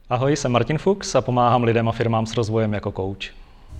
Ahoj, jsem Martin Fuchs a pomáhám lidem a firmám s rozvojem jako coach.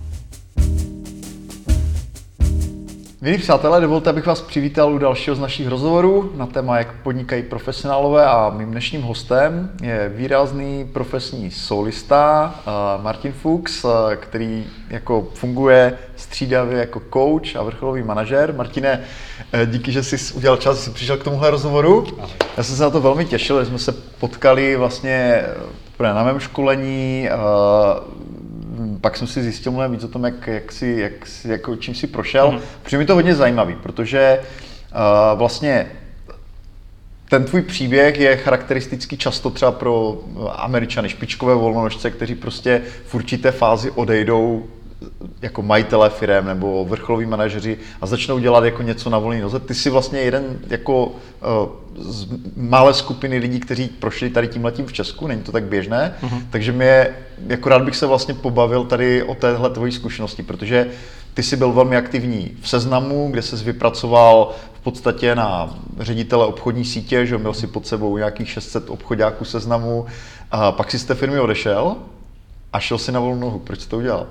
Milí přátelé, dovolte, abych vás přivítal u dalšího z našich rozhovorů na téma, jak podnikají profesionálové, a mým dnešním hostem je výrazný profesní solista Martin Fuchs, který jako funguje střídavě jako coach a vrcholový manažer. Martine, díky, že jsi udělal čas, že jsi přišel k tomuhle rozhovoru. Já jsem se na to velmi těšil, že jsme se potkali vlastně na mém školení. Pak jsem si zjistil mnohem víc o tom, čím jsi prošel. Protože mi to hodně zajímavý, protože vlastně ten tvůj příběh je charakteristický často třeba pro Američany, špičkové volnonožce, kteří prostě v určité fázi odejdou jako majitelé firem nebo vrcholoví manažeři a začnou dělat jako něco na volné noze. Ty jsi vlastně jeden jako z malé skupiny lidí, kteří prošli tady tímhletím v Česku, není to tak běžné, takže jako rád bych se vlastně pobavil tady o téhle tvojí zkušenosti, protože ty jsi byl velmi aktivní v Seznamu, kde ses vypracoval v podstatě na ředitele obchodní sítě, že měl si pod sebou nějakých 600 obchodáků Seznamu, a pak si z té firmy odešel a šel si na volnou nohu. Proč jsi to udělal?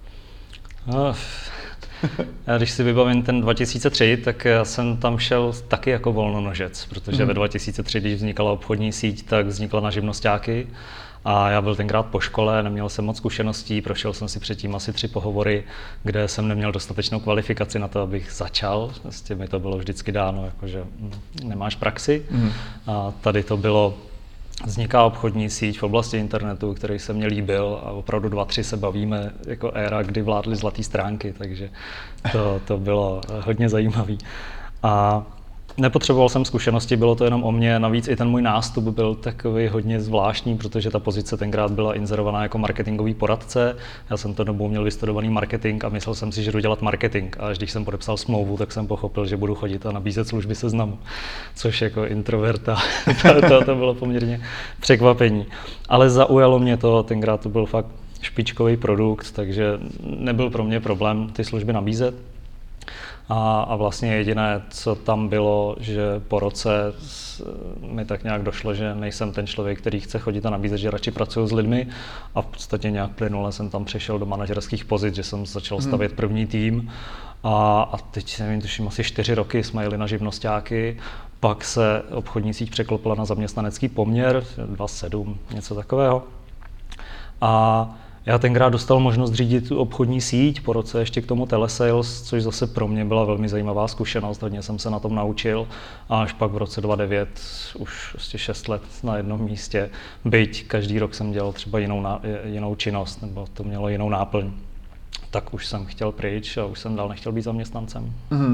Když si vybavím ten 2003, tak já jsem tam šel taky jako volnonožec, protože ve 2003, když vznikala obchodní síť, tak vznikla na živnosťáky a já byl tenkrát po škole, neměl jsem moc zkušeností, prošel jsem si předtím asi 3 pohovory, kde jsem neměl dostatečnou kvalifikaci na to, abych začal. Vlastně mi to bylo vždycky dáno, jakože nemáš praxi. A tady to bylo, vzniká obchodní síť v oblasti internetu, který se mně líbil, a opravdu 2-3 se bavíme jako éra, kdy vládly zlaté stránky, takže to bylo hodně zajímavý. A nepotřeboval jsem zkušenosti, bylo to jenom o mně, navíc i ten můj nástup byl takový hodně zvláštní, protože ta pozice tenkrát byla inzerovaná jako marketingový poradce. Já jsem to dobou měl vystudovaný marketing a myslel jsem si, že jdu dělat marketing. A až když jsem podepsal smlouvu, tak jsem pochopil, že budu chodit a nabízet služby Seznamu, což jako introverta, to bylo poměrně překvapení. Ale zaujalo mě to, tenkrát to byl fakt špičkový produkt, takže nebyl pro mě problém ty služby nabízet. A vlastně jediné, co tam bylo, že po roce mi tak nějak došlo, že nejsem ten člověk, který chce chodit a nabízet, že radši pracuju s lidmi, a v podstatě nějak plynule jsem tam přešel do manažerských pozic, že jsem začal stavět první tým a teď nevím, tuším asi 4 roky jsme jeli na živnosťáky, pak se obchodní síť překlopila na zaměstnanecký poměr, 2,7, něco takového. A já tenkrát dostal možnost řídit tu obchodní síť, po roce ještě k tomu telesales, což zase pro mě byla velmi zajímavá zkušenost, hodně jsem se na tom naučil, a až pak v roce 2009 už prostě 6 let na jednom místě, byť každý rok jsem dělal třeba jinou činnost, nebo to mělo jinou náplň, tak už jsem chtěl pryč a už jsem dál nechtěl být zaměstnancem.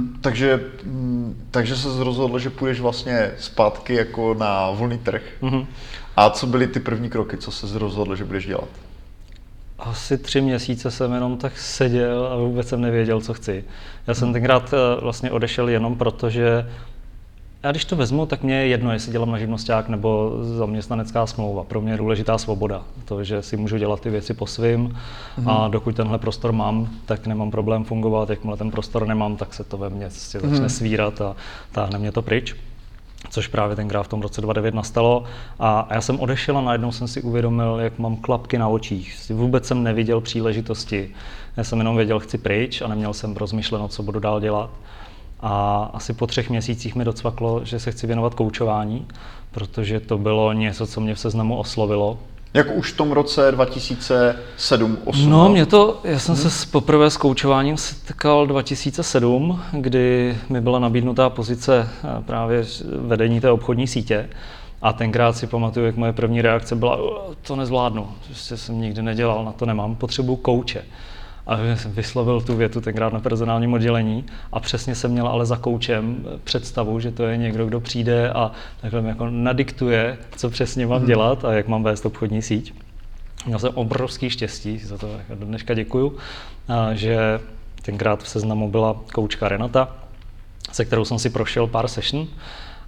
Takže se rozhodl, že půjdeš vlastně zpátky jako na volný trh. A co byly ty první kroky, co se rozhodl, že budeš dělat? Asi 3 měsíce jsem jenom tak seděl a vůbec jsem nevěděl, co chci. Já jsem tenkrát vlastně odešel jenom proto, že já když to vezmu, tak mě je jedno, jestli dělám na živnosťák nebo zaměstnanecká smlouva. Pro mě je důležitá svoboda. To, že si můžu dělat ty věci po svým, a dokud tenhle prostor mám, tak nemám problém fungovat. Jakmile ten prostor nemám, tak se to ve mně začne svírat a táhne mě to pryč. Což právě tenkrát v tom roce 2009 nastalo, a já jsem odešel a najednou jsem si uvědomil, jak mám klapky na očích. Vůbec jsem neviděl příležitosti. Já jsem jenom věděl, chci pryč, a neměl jsem rozmyšleno, co budu dál dělat. A asi po 3 měsících mi docvaklo, že se chci věnovat koučování, protože to bylo něco, co mě v Seznamu oslovilo. Jak už v tom roce 2007-2008? No, já jsem se poprvé s koučováním setkal 2007, kdy mi byla nabídnutá pozice právě vedení té obchodní sítě. A tenkrát si pamatuju, jak moje první reakce byla, to nezvládnu, prostě jsem nikdy nedělal, na to nemám, potřebuji kouče. A jsem vyslovil tu větu tenkrát na personálním oddělení a přesně jsem měl ale za koučem představu, že to je někdo, kdo přijde a takhle mi jako nadiktuje, co přesně mám dělat a jak mám vést obchodní síť. Měl jsem obrovský štěstí, za to do dneška děkuju, že tenkrát v Seznamu byla koučka Renata, se kterou jsem si prošel pár session,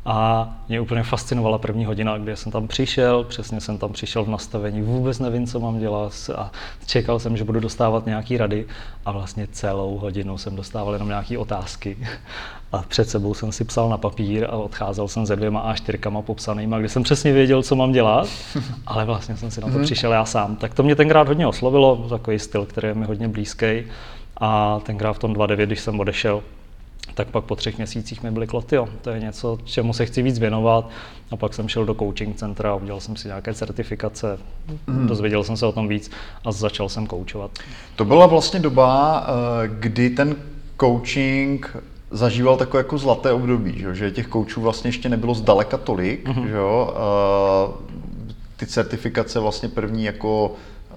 A mě úplně fascinovala první hodina, kdy jsem tam přišel, přesně jsem tam přišel v nastavení, vůbec nevím, co mám dělat a čekal jsem, že budu dostávat nějaký rady a vlastně celou hodinu jsem dostával jenom nějaké otázky a před sebou jsem si psal na papír a odcházel jsem se 2 A4 popsanýma, kde jsem přesně věděl, co mám dělat, ale vlastně jsem si na to přišel já sám. Tak to mě tenkrát hodně oslovilo, takový styl, který je mi hodně blízký a tenkrát v tom 2009, když jsem odešel, tak pak po 3 měsících mi byly kloty, jo. To je něco, čemu se chci víc věnovat. A pak jsem šel do coaching centra, udělal jsem si nějaké certifikace, dozvěděl jsem se o tom víc a začal jsem koučovat. To byla vlastně doba, kdy ten coaching zažíval takové jako zlaté období, že těch koučů vlastně ještě nebylo zdaleka tolik, že jo. Ty certifikace vlastně první jako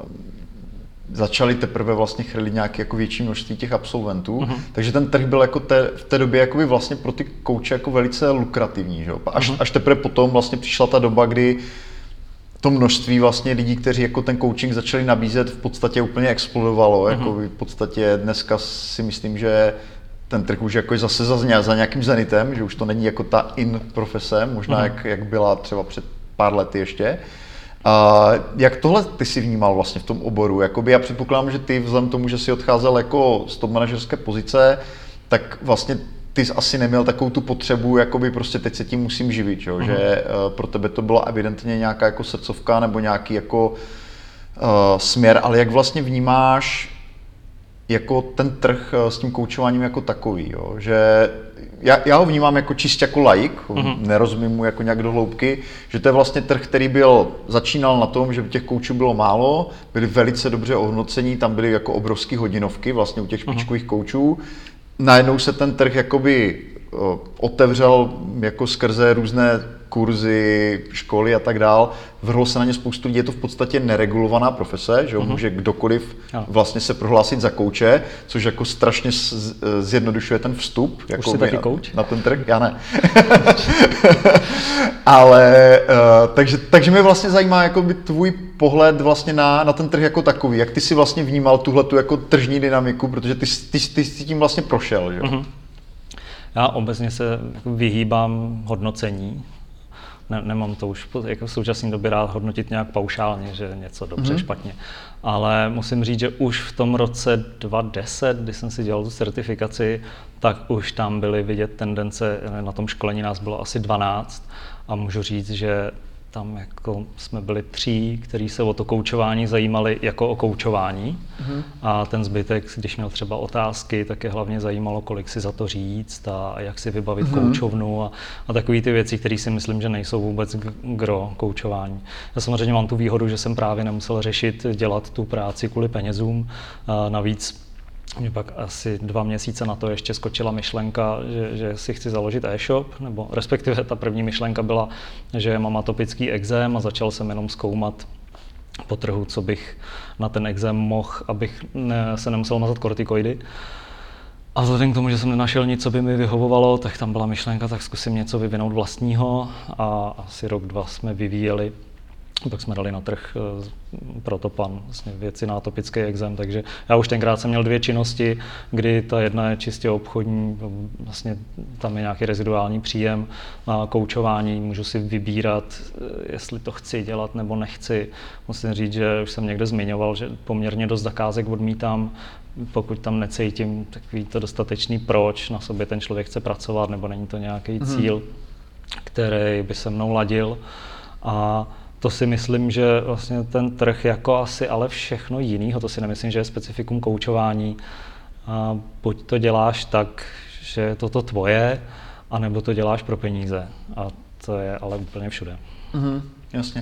začaly teprve vlastně chrlit nějaké jako větší množství těch absolventů, takže ten trh byl jako v té době jakoby vlastně pro ty kouče jako velice lukrativní, že jo? Až teprve potom vlastně přišla ta doba, kdy to množství vlastně lidí, kteří jako ten coaching začali nabízet, v podstatě úplně explodovalo, jako v podstatě dneska si myslím, že ten trh už jako je zase za nějakým zenitem, že už to není jako ta in profese, možná jak byla třeba před pár lety ještě. Jak tohle ty si vnímal vlastně v tom oboru? Jakoby já předpokládám, že ty vzhledem tomu, že jsi odcházel jako z top manažerské pozice, tak vlastně ty jsi asi neměl takovou tu potřebu, jakoby prostě teď se tím musím živit, že pro tebe to byla evidentně nějaká jako srdcovka nebo nějaký jako směr, ale jak vlastně vnímáš jako ten trh s tím koučováním jako takový, jo? Že já ho vnímám jako čistě jako laik, nerozumím mu jako nějak do hloubky, že to je vlastně trh, který začínal na tom, že těch koučů bylo málo, byli velice dobře ohodnocení, tam byly jako obrovské hodinovky vlastně u těch špičkových koučů. Najednou se ten trh jakoby otevřel jako skrze různé kurzy, školy a tak dál. Vrhlo se na ně spoustu lidí, je to v podstatě neregulovaná profese, že může kdokoliv vlastně se prohlásit za kouče, což jako strašně zjednodušuje ten vstup jako jsi taky kouč? Na ten trh, já ne. Ale takže mě vlastně zajímá jakoby tvůj pohled vlastně na ten trh jako takový, jak ty si vlastně vnímal tuhletu jako tržní dynamiku, protože ty si tím vlastně prošel, že? Já obecně se vyhýbám hodnocení. Nemám to už jako v současné době rád hodnotit nějak paušálně, že něco dobře, špatně. Ale musím říct, že už v tom roce 2010, kdy jsem si dělal tu certifikaci, tak už tam byly vidět tendence, na tom školení nás bylo asi 12 a můžu říct, že tam jako jsme byli 3, kteří se o to koučování zajímali jako o koučování. A ten zbytek, když měl třeba otázky, tak je hlavně zajímalo, kolik si za to říct a jak si vybavit koučovnu a takové ty věci, které si myslím, že nejsou vůbec gro koučování. Já samozřejmě mám tu výhodu, že jsem právě nemusel řešit, dělat tu práci kvůli penězům. Navíc mě pak asi 2 měsíce na to ještě skočila myšlenka, že si chci založit e-shop, nebo respektive ta první myšlenka byla, že mám atopický ekzém a začal jsem jenom zkoumat po trhu, co bych na ten ekzém mohl, abych se nemusel mazat kortikoidy. A vzhledem k tomu, že jsem nenašel nic, co by mi vyhovovalo, tak tam byla myšlenka, tak zkusím něco vyvinout vlastního a asi rok, 2 jsme vyvíjeli. Pak jsme dali na trh Protopan, vlastně věci na atopický ekzém, takže já už tenkrát jsem měl 2 činnosti, kdy ta jedna je čistě obchodní, vlastně tam je nějaký reziduální příjem na koučování, můžu si vybírat, jestli to chci dělat nebo nechci. Musím říct, že už jsem někde zmiňoval, že poměrně dost zakázek odmítám, pokud tam necítím takový to dostatečný proč, na sobě ten člověk chce pracovat, nebo není to nějaký cíl, který by se mnou ladil. A to si myslím, že vlastně ten trh jako asi ale všechno jinýho, to si nemyslím, že je specifikum koučování. A buď to děláš tak, že je to tvoje, anebo to děláš pro peníze. A to je ale úplně všude. Jasně.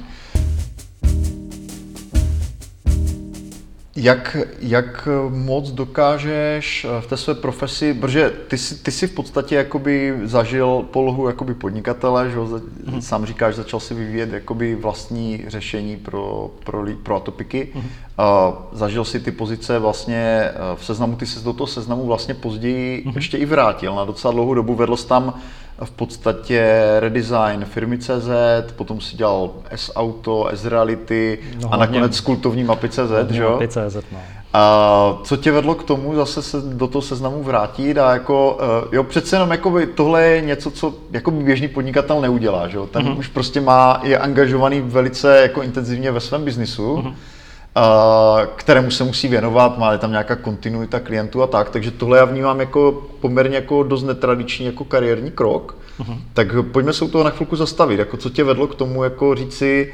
Jak moc dokážeš v té své profesi, protože ty jsi v podstatě jakoby zažil polohu jakoby podnikatele, že sám říkáš, začal si vyvíjet jakoby vlastní řešení pro atopiky. Zažil si ty pozice vlastně v Seznamu, ty se do toho Seznamu vlastně později ještě i vrátil na docela dlouhou dobu, vedl jsi tam v podstatě redesign firmy CZ, potom si dělal S-Auto, S-Reality a nakonec kultovní mapy CZ, že jo? Mapy CZ, no. A co tě vedlo k tomu zase se do toho Seznamu vrátit a jako, jo, přece jenom jakoby, tohle je něco, co jako běžný podnikatel neudělá, že jo? Ten už prostě je angažovaný velice jako intenzivně ve svém biznisu, kterému se musí věnovat, má tam nějaká kontinuita klientů a tak, takže tohle já vnímám jako poměrně jako dost netradiční jako kariérní krok. Tak pojďme se u toho na chvilku zastavit, jako co tě vedlo k tomu jako říci,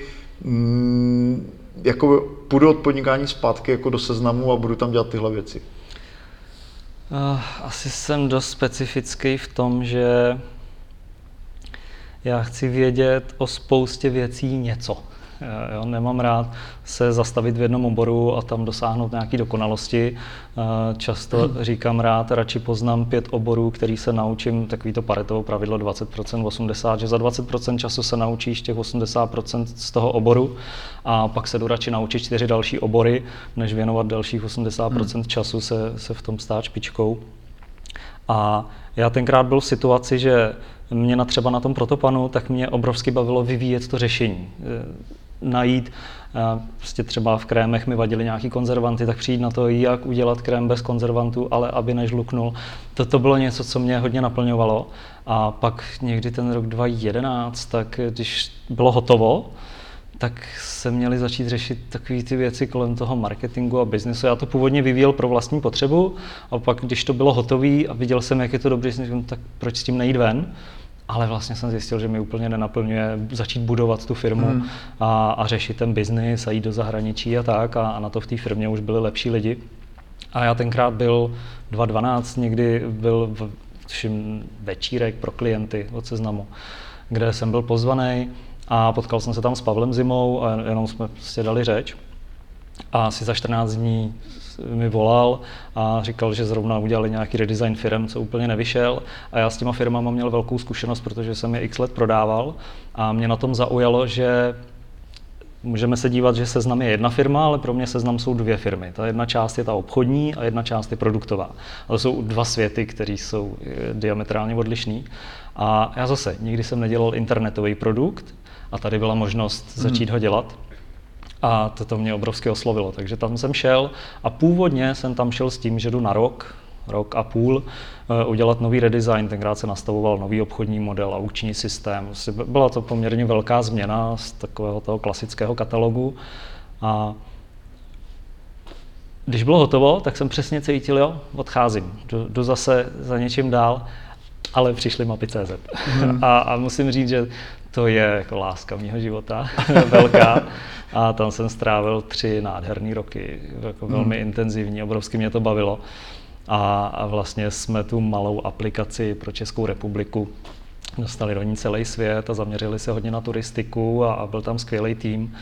jako půjdu od podnikání zpátky jako do Seznamu a budu tam dělat tyhle věci? Asi jsem dost specifický v tom, že já chci vědět o spoustě věcí něco. Jo, nemám rád se zastavit v jednom oboru a tam dosáhnout nějaké dokonalosti. Často říkám rád, radši poznám 5 oborů, který se naučím, takový to Paretovo pravidlo 20%, 80%, že za 20% času se naučíš těch 80% z toho oboru a pak se jdu radši naučit 4 další obory, než věnovat dalších 80% času se v tom stát špičkou. A já tenkrát byl v situaci, že mě třeba na tom Protopanu, tak mě obrovsky bavilo vyvíjet to řešení. Najít, prostě třeba v krémech mi vadily nějaký konzervanty, tak přijít na to, jak udělat krém bez konzervantů, ale aby nežluknul. To bylo něco, co mě hodně naplňovalo. A pak někdy ten rok 2011, tak když bylo hotovo, tak se měli začít řešit takové ty věci kolem toho marketingu a biznesu. Já to původně vyvíjel pro vlastní potřebu a pak, když to bylo hotové a viděl jsem, jak je to dobrý, tak proč s tím nejít ven? Ale vlastně jsem zjistil, že mi úplně nenaplňuje začít budovat tu firmu a řešit ten biznis a jít do zahraničí a tak. A na to v té firmě už byli lepší lidi. A já tenkrát byl 2012, někdy byl večírek pro klienty od Seznamu, kde jsem byl pozvaný a potkal jsem se tam s Pavlem Zimou a jenom jsme prostě dali řeč. A asi za 14 dní mi volal a říkal, že zrovna udělali nějaký redesign firem, co úplně nevyšel. A já s těma firmama měl velkou zkušenost, protože jsem je x let prodával. A mě na tom zaujalo, že můžeme se dívat, že Seznam je jedna firma, ale pro mě Seznam jsou 2 firmy. Ta jedna část je ta obchodní a jedna část je produktová. A to jsou 2 světy, které jsou diametrálně odlišný. A já zase nikdy jsem nedělal internetový produkt a tady byla možnost začít ho dělat. A to mě obrovsky oslovilo, takže tam jsem šel a původně jsem tam šel s tím, že jdu na rok a půl udělat nový redesign. Tenkrát se nastavoval nový obchodní model a aukční systém. Byla to poměrně velká změna z takového toho klasického katalogu. A když bylo hotovo, tak jsem přesně cítil, jo, odcházím, jdu zase za něčím dál, ale přišly mapy.cz. A musím říct, že to je jako láska mýho života, velká. A tam jsem strávil 3 nádherné roky, jako velmi intenzivní, obrovsky mě to bavilo. A vlastně jsme tu malou aplikaci pro Českou republiku dostali do ní celý svět a zaměřili se hodně na turistiku a byl tam skvělý tým.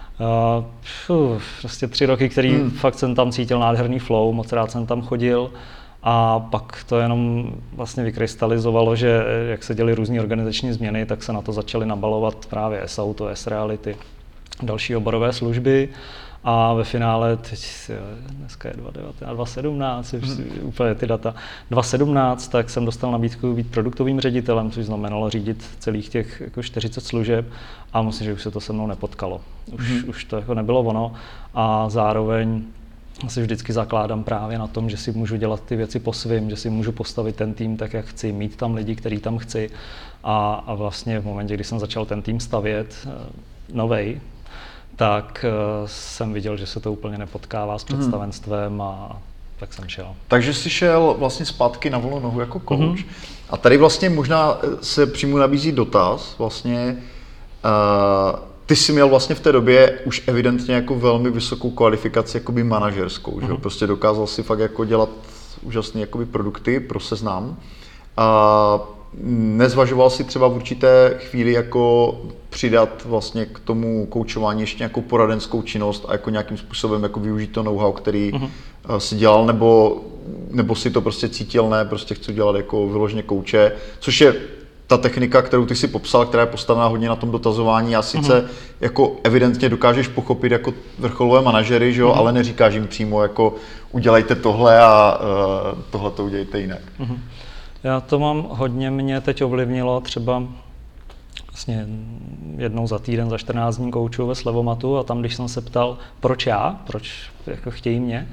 Prostě 3 roky, který fakt jsem tam cítil nádherný flow, moc rád jsem tam chodil. A pak to jenom vlastně vykrystalizovalo, že jak se děly různé organizační změny, tak se na to začaly nabalovat právě S-Auto, S-Reality, další oborové služby. A ve finále, dneska je 2017, úplně ty data, 2017, tak jsem dostal nabídku být produktovým ředitelem, což znamenalo řídit celých těch jako 40 služeb a musím, že už se to se mnou nepotkalo. Už to jako nebylo ono a zároveň si vždycky zakládám právě na tom, že si můžu dělat ty věci po svým, že si můžu postavit ten tým tak, jak chci, mít tam lidi, který tam chci. A vlastně v momentě, kdy jsem začal ten tým stavět, novej, tak jsem viděl, že se to úplně nepotkává s představenstvem a tak jsem šel. Takže jsi šel vlastně zpátky na volnou nohu jako coach. A tady vlastně možná se přímo nabízí dotaz, vlastně ty jsi měl vlastně v té době už evidentně jako velmi vysokou kvalifikaci jakoby manažerskou, že? Prostě dokázal si fakt jako dělat úžasné jakoby produkty pro Seznam. A nezvažoval si třeba v určité chvíli jako přidat vlastně k tomu koučování ještě nějakou poradenskou činnost a jako nějakým způsobem jako využít to know-how, který si dělal, nebo si to prostě cítil, ne, prostě chci dělat jako vyloženě kouče, což je ta technika, kterou ty si popsal, která je postavená hodně na tom dotazování a sice jako evidentně dokážeš pochopit jako vrcholové manažery, že jo, ale neříkáš jim přímo jako udělejte tohle a tohle to udělejte jinak. Já to mám hodně, mě teď ovlivnilo třeba vlastně jednou za týden, za 14 dní koučuju ve Slevomatu a tam, když jsem se ptal, proč jako chtějí mě,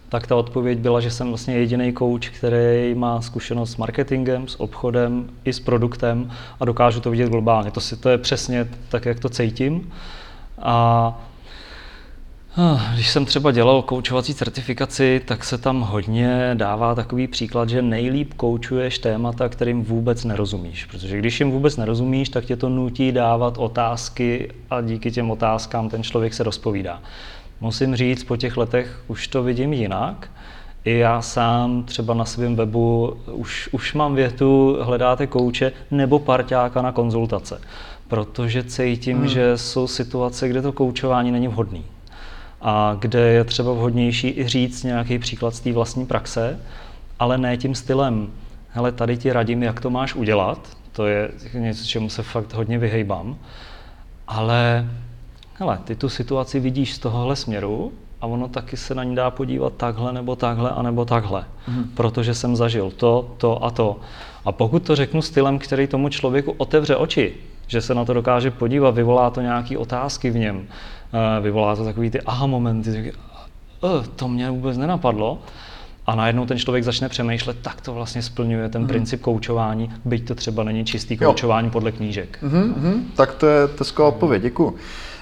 tak ta odpověď byla, že jsem vlastně jediný coach, který má zkušenost s marketingem, s obchodem i s produktem a dokážu to vidět globálně. To je přesně tak, jak to cítím. A když jsem třeba dělal koučovací certifikaci, tak se tam hodně dává takový příklad, že nejlíp koučuješ témata, kterým vůbec nerozumíš. Protože když jim vůbec nerozumíš, tak tě to nutí dávat otázky a díky těm otázkám ten člověk se rozpovídá. Musím říct, po těch letech už to vidím jinak. I já sám třeba na svém webu už mám větu, hledáte kouče nebo parťáka na konzultace. Protože cítím, že jsou situace, kde to koučování není vhodný. A kde je třeba vhodnější i říct nějaký příklad z té vlastní praxe, ale ne tím stylem. Hele, tady ti radím, jak to máš udělat. To je něco, čemu se fakt hodně vyhejbám. Ale hele, ty tu situaci vidíš z tohohle směru a ono taky se na ní dá podívat takhle, nebo takhle, anebo takhle. Protože jsem zažil to a to. A pokud to řeknu stylem, který tomu člověku otevře oči, že se na to dokáže podívat, vyvolá to nějaké otázky v něm, vyvolá to takový ty aha momenty, to mě vůbec nenapadlo. A najednou ten člověk začne přemýšlet, tak to vlastně splňuje ten princip koučování, byť to třeba není čistý koučování podle knížek. Tak to je skvělá odpověď, děkuju.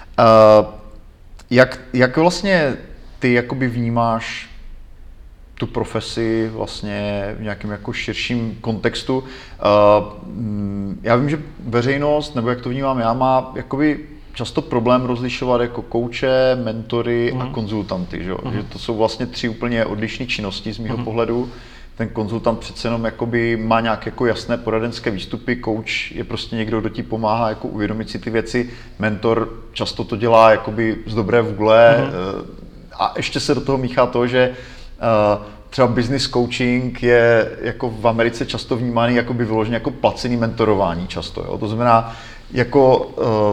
Jak vlastně ty jakoby vnímáš tu profesi vlastně v nějakém jako širším kontextu? Já vím, že veřejnost, nebo jak to vnímám já, má jakoby často problém rozlišovat jako kouče, mentory a konzultanty, že? Že to jsou vlastně tři úplně odlišné činnosti z mého pohledu. Ten konzultant přece jenom jakoby má nějak jako jasné poradenské výstupy, coach je prostě někdo, kdo ti pomáhá jako uvědomit si ty věci, mentor často to dělá jakoby z dobré vůle a ještě se do toho míchá to, že třeba business coaching je jako v Americe často vnímaný jakoby vyloženě jako placený mentorování často, jo? To znamená jako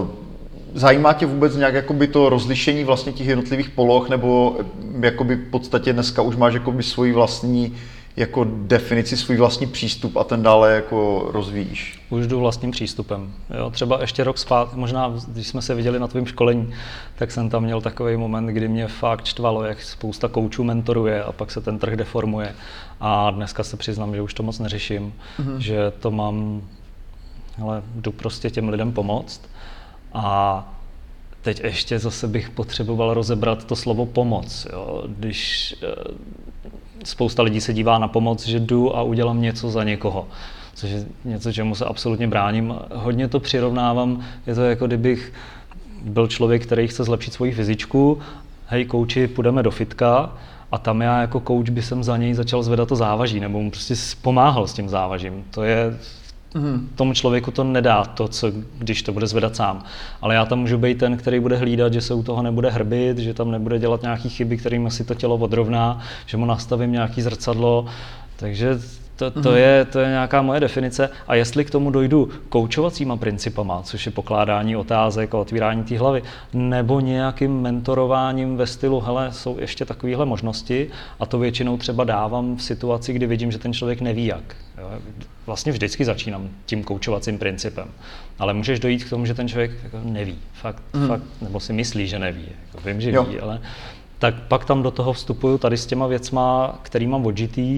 zajímá tě vůbec nějak jakoby to rozlišení vlastně těch jednotlivých poloh, nebo jakoby v podstatě dneska už máš jakoby svoji vlastní jako definici, svůj vlastní přístup a ten dále jako rozvíjíš? Už jdu vlastním přístupem. Jo, třeba ještě rok zpátky, možná když jsme se viděli na tvém školení, tak jsem tam měl takový moment, kdy mě fakt štvalo, jak spousta koučů mentoruje a pak se ten trh deformuje. A dneska se přiznám, že už to moc neřeším, že to mám, ale jdu prostě těm lidem pomoct. A teď ještě zase bych potřeboval rozebrat to slovo pomoc. Jo. Když spousta lidí se dívá na pomoc, že jdu a udělám něco za někoho, což je něco, čemu se absolutně bráním. Hodně to přirovnávám, je to jako kdybych byl člověk, který chce zlepšit svoji fyzičku, hej kouči, půjdeme do fitka a tam já jako kouč by jsem za něj začal zvedat to závaží, nebo mu prostě pomáhal s tím závažím. To je tomu člověku to nedá to, co když to bude zvedat sám. Ale já tam můžu být ten, který bude hlídat, že se u toho nebude hrbit, že tam nebude dělat nějaké chyby, kterými si to tělo odrovná, že mu nastavím nějaký zrcadlo. Takže to je nějaká moje definice. A jestli k tomu dojdu koučovacíma principama, což je pokládání otázek a otvírání té hlavy, nebo nějakým mentorováním ve stylu, hele, jsou ještě takovéhle možnosti a to většinou třeba dávám v situaci, kdy vidím, že ten člověk neví jak. Jo? Vlastně vždycky začínám tím koučovacím principem. Ale můžeš dojít k tomu, že ten člověk jako neví. Fakt, nebo si myslí, že neví. Jako vím, že ví, ale tak pak tam do toho vstupuju tady s těma věcma, který mám odžitý.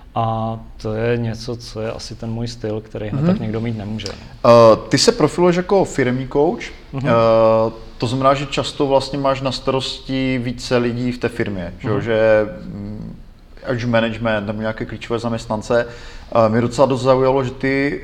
A to je něco, co je asi ten můj styl, který tak někdo mít nemůže. Ty se profiluješ jako firemní coach, to znamená, že často vlastně máš na starosti více lidí v té firmě, že ať už management nebo nějaké klíčové zaměstnance. Mě docela dost zaujalo, že ty,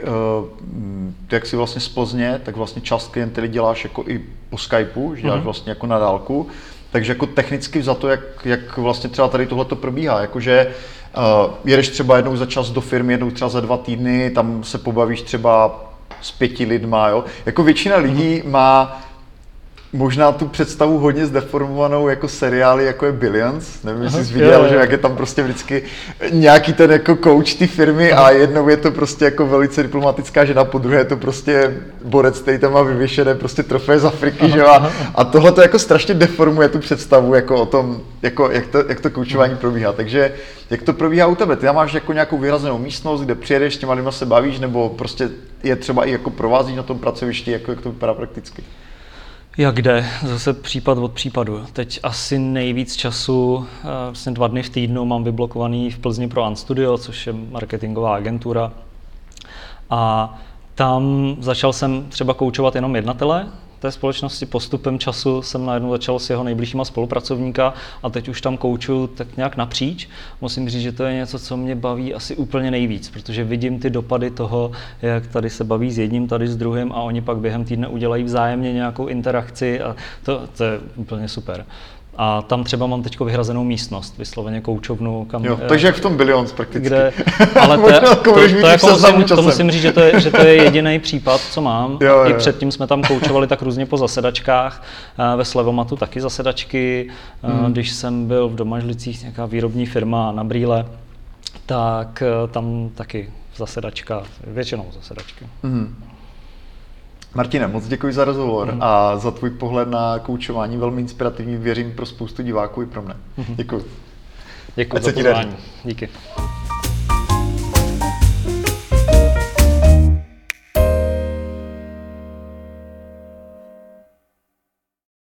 jak jsi vlastně z Plzně, tak vlastně část klientely děláš jako i po Skypeu, že děláš vlastně jako na dálku. Takže jako technicky vzato, jak vlastně třeba tady tohle to probíhá, jakože jedeš třeba jednou za čas do firmy, jednou třeba za 2 týdny, tam se pobavíš třeba s 5 lidma, jo. Jako většina lidí má možná tu představu hodně zdeformovanou jako seriály, jako je Billions. Nevím, jestli jsi viděl, že jak je tam prostě vždycky nějaký ten jako coach ty firmy a jednou je to prostě jako velice diplomatická žena, po druhé je to prostě borec, který tam má vyvěšené prostě trofeje z Afriky, že? A tohle to jako strašně deformuje tu představu jako o tom, jako jak to koučování probíhá. Takže jak to probíhá u tebe? Ty tam máš jako nějakou vyhrazenou místnost, kde přijedeš, s těma lidma se bavíš, nebo prostě je třeba i jako provázíš na tom pracovišti, jako jak to vypadá prakticky? Jak jde, zase případ od případu. Teď asi nejvíc času, vlastně 2 dny v týdnu mám vyblokovaný v Plzni pro Unstudio, což je marketingová agentura. A tam začal jsem třeba koučovat jenom jednatele té společnosti. Postupem času jsem najednou začal s jeho nejbližšíma spolupracovníka a teď už tam koučuju tak nějak napříč. Musím říct, že to je něco, co mě baví asi úplně nejvíc, protože vidím ty dopady toho, jak tady se baví s jedním, tady s druhým a oni pak během týdne udělají vzájemně nějakou interakci a to je úplně super. A tam třeba mám teď vyhrazenou místnost, vysloveně koučovnu. Kam, takže jak v tom Billions prakticky. Ale to musím říct, že to je jediný případ, co mám. I předtím jsme tam koučovali tak různě po zasedačkách. Ve Slevomatu taky zasedačky. Když jsem byl v Domažlicích, nějaká výrobní firma na brýle, tak tam taky zasedačka, většinou zasedačky. Martine, moc děkuji za rozhovor a za tvůj pohled na koučování, velmi inspirativní, věřím pro spoustu diváků i pro mne. Děkuji. Děkuji za pozvání. Díky.